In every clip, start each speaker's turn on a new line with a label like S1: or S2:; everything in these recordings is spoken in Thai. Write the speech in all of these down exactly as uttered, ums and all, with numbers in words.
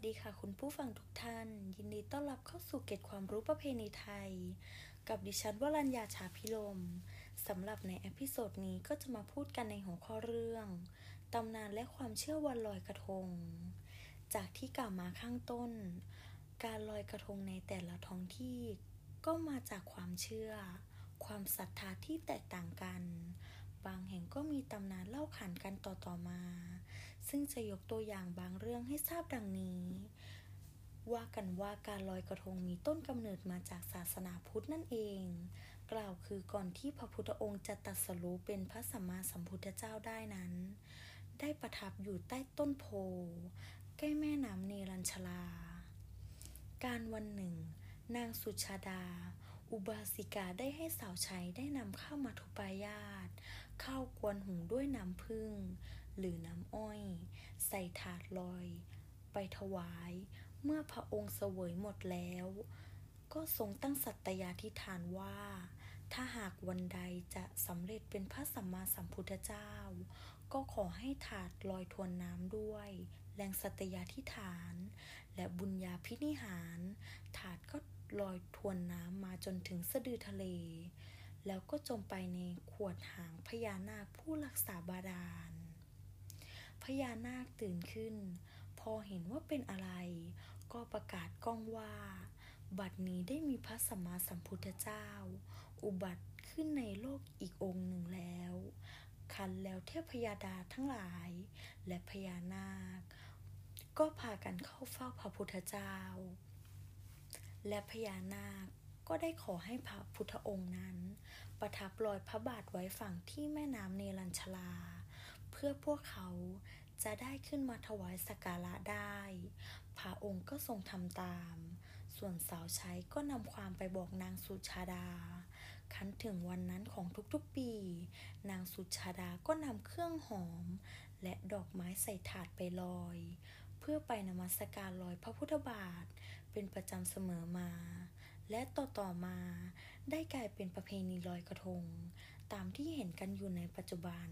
S1: ดีค่ะคุณผู้ฟังทุกท่านยินดีต้อนรับเข้าสู่เกร็ดความรู้ประเพณีไทยกับดิฉันวรัญญา ฉาภิรมย์สำหรับในเอพิโซดนี้ก็จะมาพูดกันในหัวข้อเรื่องตำนานและความเชื่อวันลอยกระทงจากที่กล่าวมาข้างต้นการลอยกระทงในแต่ละท้องที่ก็มาจากความเชื่อความศรัทธาที่แตกต่างกันบางแห่งก็มีตำนานเล่าขานกันต่อๆมาซึ่งจะยกตัวอย่างบางเรื่องให้ทราบดังนี้ว่ากันว่าการลอยกระทงมีต้นกำเนิดมาจากศาสนาพุทธนั่นเองกล่าวคือก่อนที่พระพุทธองค์จะตรัสรู้เป็นพระสัมมาสัมพุทธเจ้าได้นั้นได้ประทับอยู่ใต้ต้นโพใกล้แม่น้ำเนรัญชราการวันหนึ่งนางสุชาดาอุบาสิกาได้ให้สาวใช้ได้นำข้าวมัทุปายาตข้าวกวนหุงด้วยน้ำผึ้งหรือน้ำอ้อยใส่ถาดลอยไปถวายเมื่อพระองค์เสวยหมดแล้วก็ทรงตั้งสัตยาธิษฐานว่าถ้าหากวันใดจะสำเร็จเป็นพระสัมมาสัมพุทธเจ้าก็ขอให้ถาดลอยทวนน้ำด้วยแรงสัตยาธิษฐานและบุญญาภินิหารถาดก็ลอยทวนน้ำมาจนถึงสะดือทะเลแล้วก็จมไปในขวดหางพญานาคผู้รักษาบาดาลพญานาคตื่นขึ้นพอเห็นว่าเป็นอะไรก็ประกาศก้องว่าบัดนี้ได้มีพระสัมมาสัมพุทธเจ้าอุบัติขึ้นในโลกอีกองค์หนึ่งแล้วคันแล้วเทพยดาทั้งหลายและพญานาคก็พากันเข้าเฝ้าพระพุทธเจ้าและพญานาคก็ได้ขอให้พระพุทธองค์นั้นประทับรอยพระบาทไว้ฝั่งที่แม่น้ำเนรัญชราเพื่อพวกเขาจะได้ขึ้นมาถวายสักการะได้พระองค์ก็ทรงทำตามส่วนสาวใช้ก็นำความไปบอกนางสุชาดาคันถึงวันนั้นของทุกๆปีนางสุชาดาก็นำเครื่องหอมและดอกไม้ใส่ถาดไปลอยเพื่อไปนมัสการลอยพระพุทธบาทเป็นประจำเสมอมาและต่อๆมาได้กลายเป็นประเพณีลอยกระทงตามที่เห็นกันอยู่ในปัจจุบัน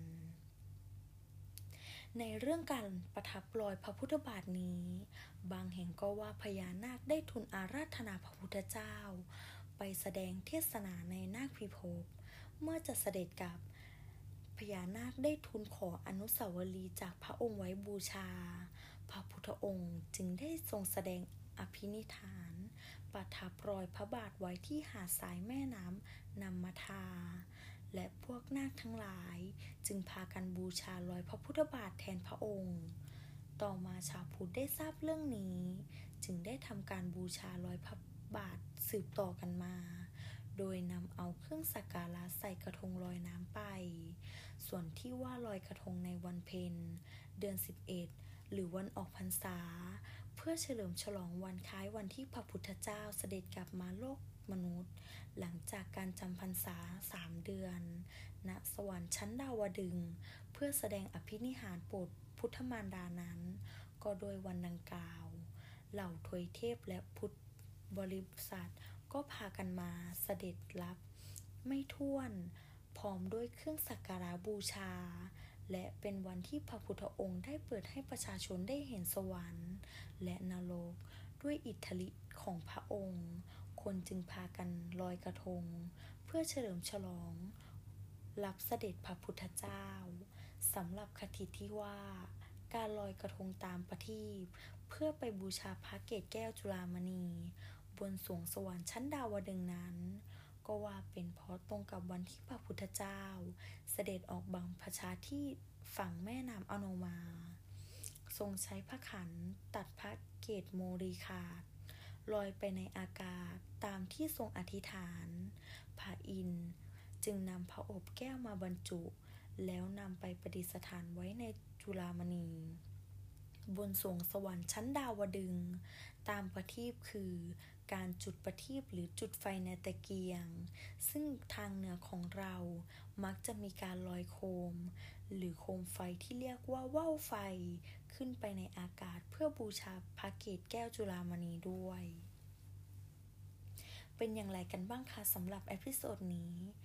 S1: ในเรื่องการประทับรอยพระพุทธบาทนี้บางแห่งก็ว่าพญานาคได้ทูลอาราธนาพระพุทธเจ้าไปแสดงเทศนาในนาคพิภพเมื่อจะเสด็จกลับพญานาคได้ทูลขออนุสาวรีย์จากพระองค์ไว้บูชาพระพุทธองค์จึงได้ทรงแสดงอภินิธานประทับรอยพระบาทไว้ที่หาดทรายแม่น้ำนัมมทาและพวกนาคทั้งหลายจึงพากันบูชารอยพระพุทธบาทแทนพระองค์ต่อมาชาวพุทธได้ทราบเรื่องนี้จึงได้ทำการบูชารอยพระบาทสืบต่อกันมาโดยนำเอาเครื่องสักการะใส่กระทงลอยน้ำไปส่วนที่ว่าลอยกระทงในวันเพ็ญเดือนสิบเอ็ดหรือวันออกพรรษาเพื่อเฉลิมฉลองวันคล้ายวันที่พระพุทธเจ้าเสด็จกลับมาโลกมนุษย์หลังจากการจำพรรษาสามเดือนณสวรรค์ชั้นดาวดึงส์เพื่อแสดงอภินิหารโปรดพุทธมารดานั้นก็โดยวันดังกล่าวเหล่าทวยเทพและพุทธบริษัทก็พากันมาเสด็จรับไม่ถ้วนพร้อมด้วยเครื่องสักการะบูชาและเป็นวันที่พระพุทธองค์ได้เปิดให้ประชาชนได้เห็นสวรรค์และนรกด้วยอิทธิฤทธิ์ของพระองค์คนจึงพากันลอยกระทงเพื่อเฉลิมฉลองรับเสด็จพระพุทธเจ้าสำหรับคติที่ว่าการลอยกระทงตามประทีปเพื่อไปบูชาพระเกศแก้วจุฬามณีบนสวงสวรรค์ชั้นดาวดึงส์นั้นก็ว่าเป็นเพราะตรงกับวันที่พระพุทธเจ้าเสด็จออกบังพชาที่ฝั่งแม่น้ำอโนมาทรงใช้พระขันตัดพระเกศโมลีขาดลอยไปในอากาศตามที่ทรงอธิษฐานพระอินทร์จึงนำพระอบแก้วมาบรรจุแล้วนำไปประดิษฐานไว้ในจุฬามณีบนสวงสวรรค์ชั้นดาวดึงส์ตามประทีปคือการจุดประทีปหรือจุดไฟในตะเกียงซึ่งทางเหนือของเรามักจะมีการลอยโคมหรือโคมไฟที่เรียกว่าว่าวไฟขึ้นไปในอากาศเพื่อบูชาพระเกศแก้วจุฬามณีด้วยเป็นอย่างไรกันบ้างคะสำหรับเอพิโซดนี้ได้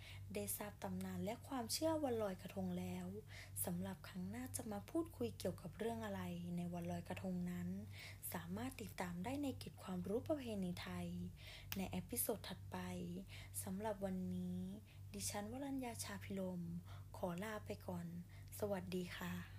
S1: ทราบตำนานและความเชื่อวันลอยกระทงแล้วสำหรับครั้งหน้าจะมาพูดคุยเกี่ยวกับเรื่องอะไรในวันลอยกระทงนั้นสามารถติดตามได้ในกิจความรู้ประเพณีไทยในเอพิโซดถัดไปสำหรับวันนี้ดิฉันวรัญญาชาพิรมขอลาไปก่อนสวัสดีค่ะ